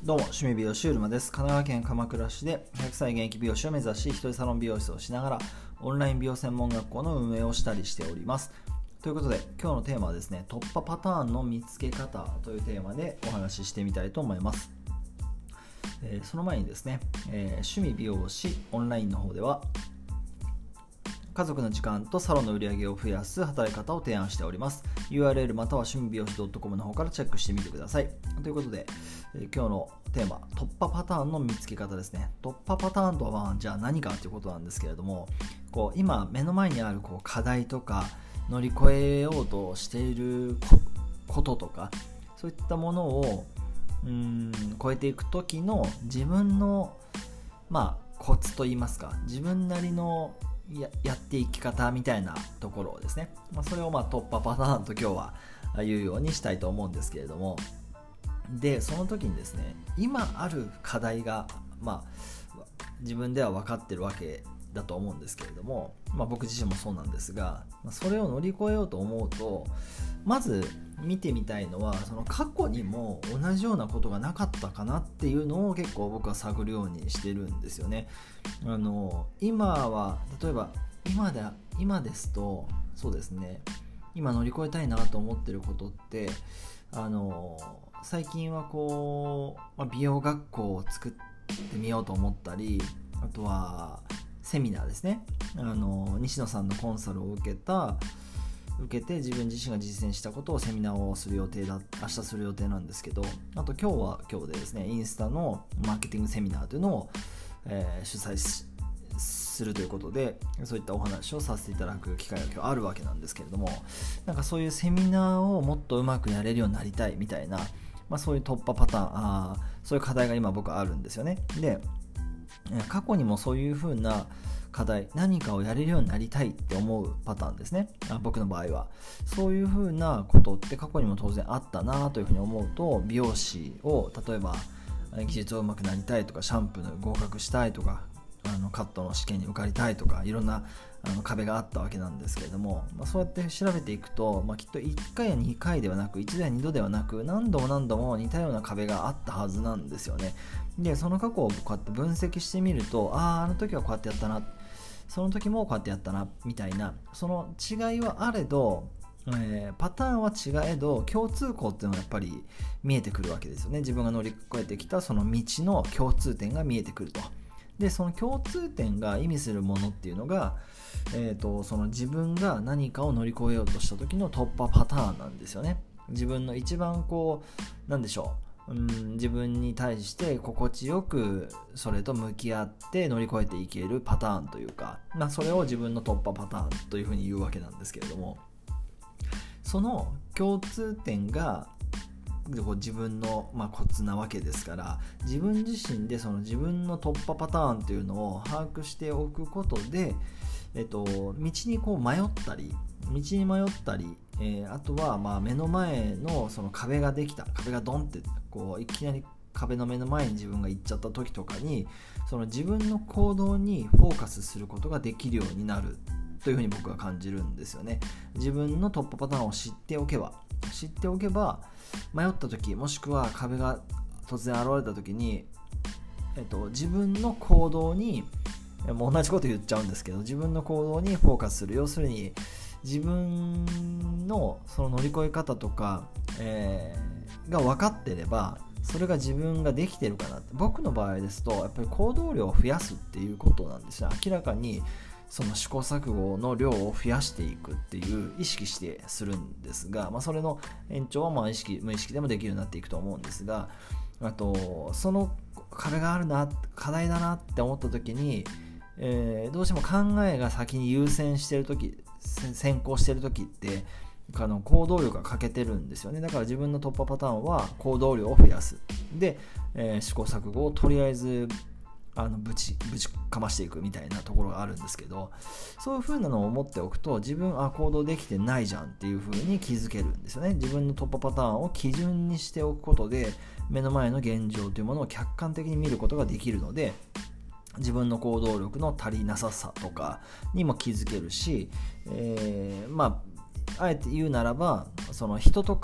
どうも、趣味美容師うるまです。神奈川県鎌倉市で100歳現役美容師を目指し、一人サロン美容室をしながらオンライン美容専門学校の運営をしたりしております。ということで、今日のテーマはですね、突破パターンの見つけ方というテーマでお話ししてみたいと思います。その前にですね、趣味美容師オンラインの方では家族の時間とサロンの売り上げを増やす働き方を提案しております。URL または趣味美容師 .com の方からチェックしてみてください。ということで、今日のテーマ、突破パターンの見つけ方ですね。突破パターンとはじゃあ何かということなんですけれども、今目の前にある課題とか乗り越えようとしていることとか、そういったものを超えていく時の自分のコツといいますか、自分なりのやっていき方みたいなところをですね、それを突破パターンと今日は言うようにしたいと思うんですけれども、でその時にですね、今ある課題が自分では分かってるわけだと思うんですけれども、僕自身もそうなんですが、それを乗り越えようと思うと、まず見てみたいのは、その過去にも同じようなことがなかったかなっていうのを結構僕は探るようにしてるんですよね。今は例えば今ですと、そうですね、今乗り越えたいなと思ってることって、最近は美容学校を作ってみようと思ったり、あとはセミナーですね、西野さんのコンサルを受けて自分自身が実践したことをセミナーをする予定明日する予定なんですけど、あと今日は今日でですね、インスタのマーケティングセミナーというのを、主催するということで、そういったお話をさせていただく機会が今日あるわけなんですけれども、そういうセミナーをもっとうまくやれるようになりたいみたいな、そういう突破パターン、そういう課題が今僕はあるんですよね。で、過去にもそういう風な課題、何かをやれるようになりたいって思うパターンですね。僕の場合はそういう風なことって過去にも当然あったなというふうに思うと、美容師を例えば技術をうまくなりたいとか、シャンプーの合格したいとか、カットの試験に受かりたいとか、いろんな壁があったわけなんですけれども、そうやって調べていくと、きっと1回や2回ではなく、1度や2度ではなく、何度も似たような壁があったはずなんですよね。でその過去をこうやって分析してみると、あの時はこうやってやったな、その時もこうやってやったなみたいな、その違いはあれど、パターンは違えど共通項っていうのがやっぱり見えてくるわけですよね。自分が乗り越えてきたその道の共通点が見えてくると。でその共通点が意味するものっていうのが、その自分が何かを乗り越えようとした時の突破パターンなんですよね。自分の一番なんでしょう、自分に対して心地よくそれと向き合って乗り越えていけるパターンというか、それを自分の突破パターンというふうに言うわけなんですけれども、その共通点が自分のコツなわけですから、自分自身でその自分の突破パターンというのを把握しておくことで、道に迷ったり、あとは目の前のその壁がドンっていきなり壁の目の前に自分が行っちゃった時とかに、その自分の行動にフォーカスすることができるようになるというふうに僕は感じるんですよね。自分の突破パターンを知っておけば、迷った時、もしくは壁が突然現れた時に、自分の行動に、もう同じこと言っちゃうんですけど、自分の行動にフォーカスする。要するに自分のその乗り越え方とか、が分かってれば、それが自分ができてるかなって。僕の場合ですと、やっぱり行動量を増やすっていうことなんですよ。明らかにその試行錯誤の量を増やしていくっていう意識してするんですが、それの延長は無意識でもできるようになっていくと思うんですが、あとその壁があるな、課題だなって思った時に、どうしても考えが先に優先してる時、先行してる時って行動量が欠けてるんですよね。だから自分の突破パターンは行動量を増やすで、試行錯誤をとりあえずぶちかましていくみたいなところがあるんですけど、そういう風なのを思っておくと、自分行動できてないじゃんっていう風に気づけるんですよね。自分の突破パターンを基準にしておくことで、目の前の現状というものを客観的に見ることができるので、自分の行動力の足りなささとかにも気づけるし、あえて言うならば、その人とか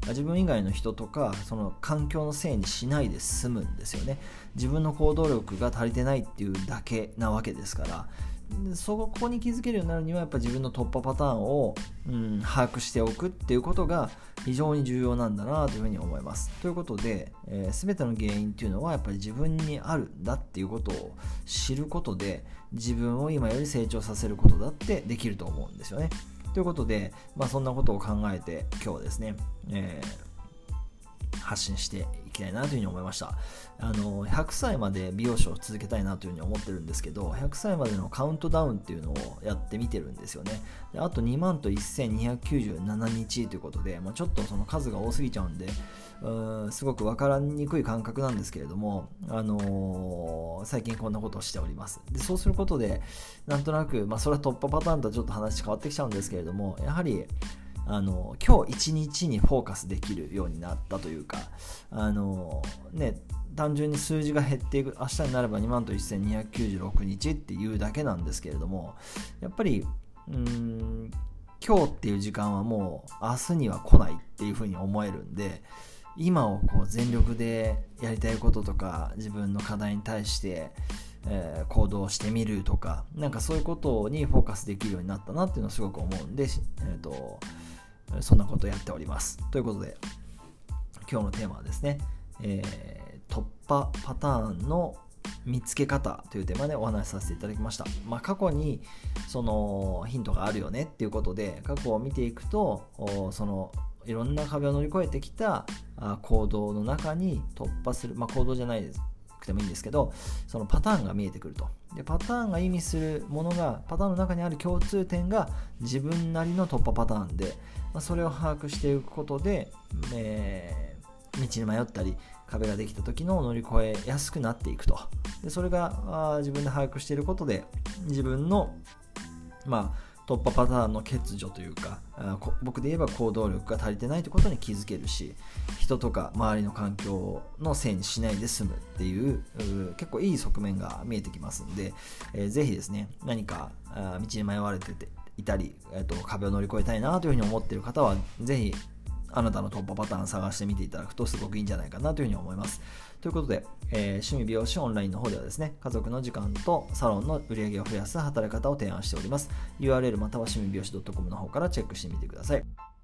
自分以外の人とかその環境のせいにしないで済むんですよね。自分の行動力が足りてないっていうだけなわけですから、そこに気づけるようになるにはやっぱり自分の突破パターンを、把握しておくっていうことが非常に重要なんだなというふうに思います。ということで、全ての原因っていうのはやっぱり自分にあるんだっていうことを知ることで、自分を今より成長させることだってできると思うんですよね。ということで、そんなことを考えて今日はですね、発信していきたいなというふうに思いました。100歳まで美容師を続けたいなというふうに思ってるんですけど、100歳までのカウントダウンっていうのをやってみてるんですよね。であと2万と1297日ということで、ちょっとその数が多すぎちゃうんで、すごく分からにくい感覚なんですけれども、最近こんなことをしております。でそうすることでなんとなく、それは突破パターンとはちょっと話変わってきちゃうんですけれども、やはり今日一日にフォーカスできるようになったというか、単純に数字が減っていく、明日になれば2万と1296日っていうだけなんですけれども、やっぱり今日っていう時間はもう明日には来ないっていうふうに思えるんで、今をこう全力でやりたいこととか自分の課題に対して行動してみるとか、そういうことにフォーカスできるようになったなっていうのをすごく思うんで、そんなことをやっております。ということで今日のテーマはですね、突破パターンの見つけ方というテーマでお話しさせていただきました。過去にそのヒントがあるよねっていうことで、過去を見ていくとそのいろんな壁を乗り越えてきた行動の中に突破する、行動じゃないですくてもいいんですけど、そのパターンが見えてくると。でパターンが意味するものが、パターンの中にある共通点が自分なりの突破パターンで、それを把握していくことで、道に迷ったり壁ができた時の乗り越えやすくなっていくと。でそれが自分で把握していることで、自分の突破パターンの欠如というか、僕で言えば行動力が足りてないということに気づけるし、人とか周りの環境のせいにしないで済むっていう結構いい側面が見えてきますんで、ぜひですね、何か道に迷われていたり、壁を乗り越えたいなというふうに思っている方は、ぜひあなたの突破パターン探してみていただくとすごくいいんじゃないかなというふうに思います。ということで、趣味美容師オンラインの方ではですね、家族の時間とサロンの売り上げを増やす働き方を提案しております。URL または趣味美容師 .com の方からチェックしてみてください。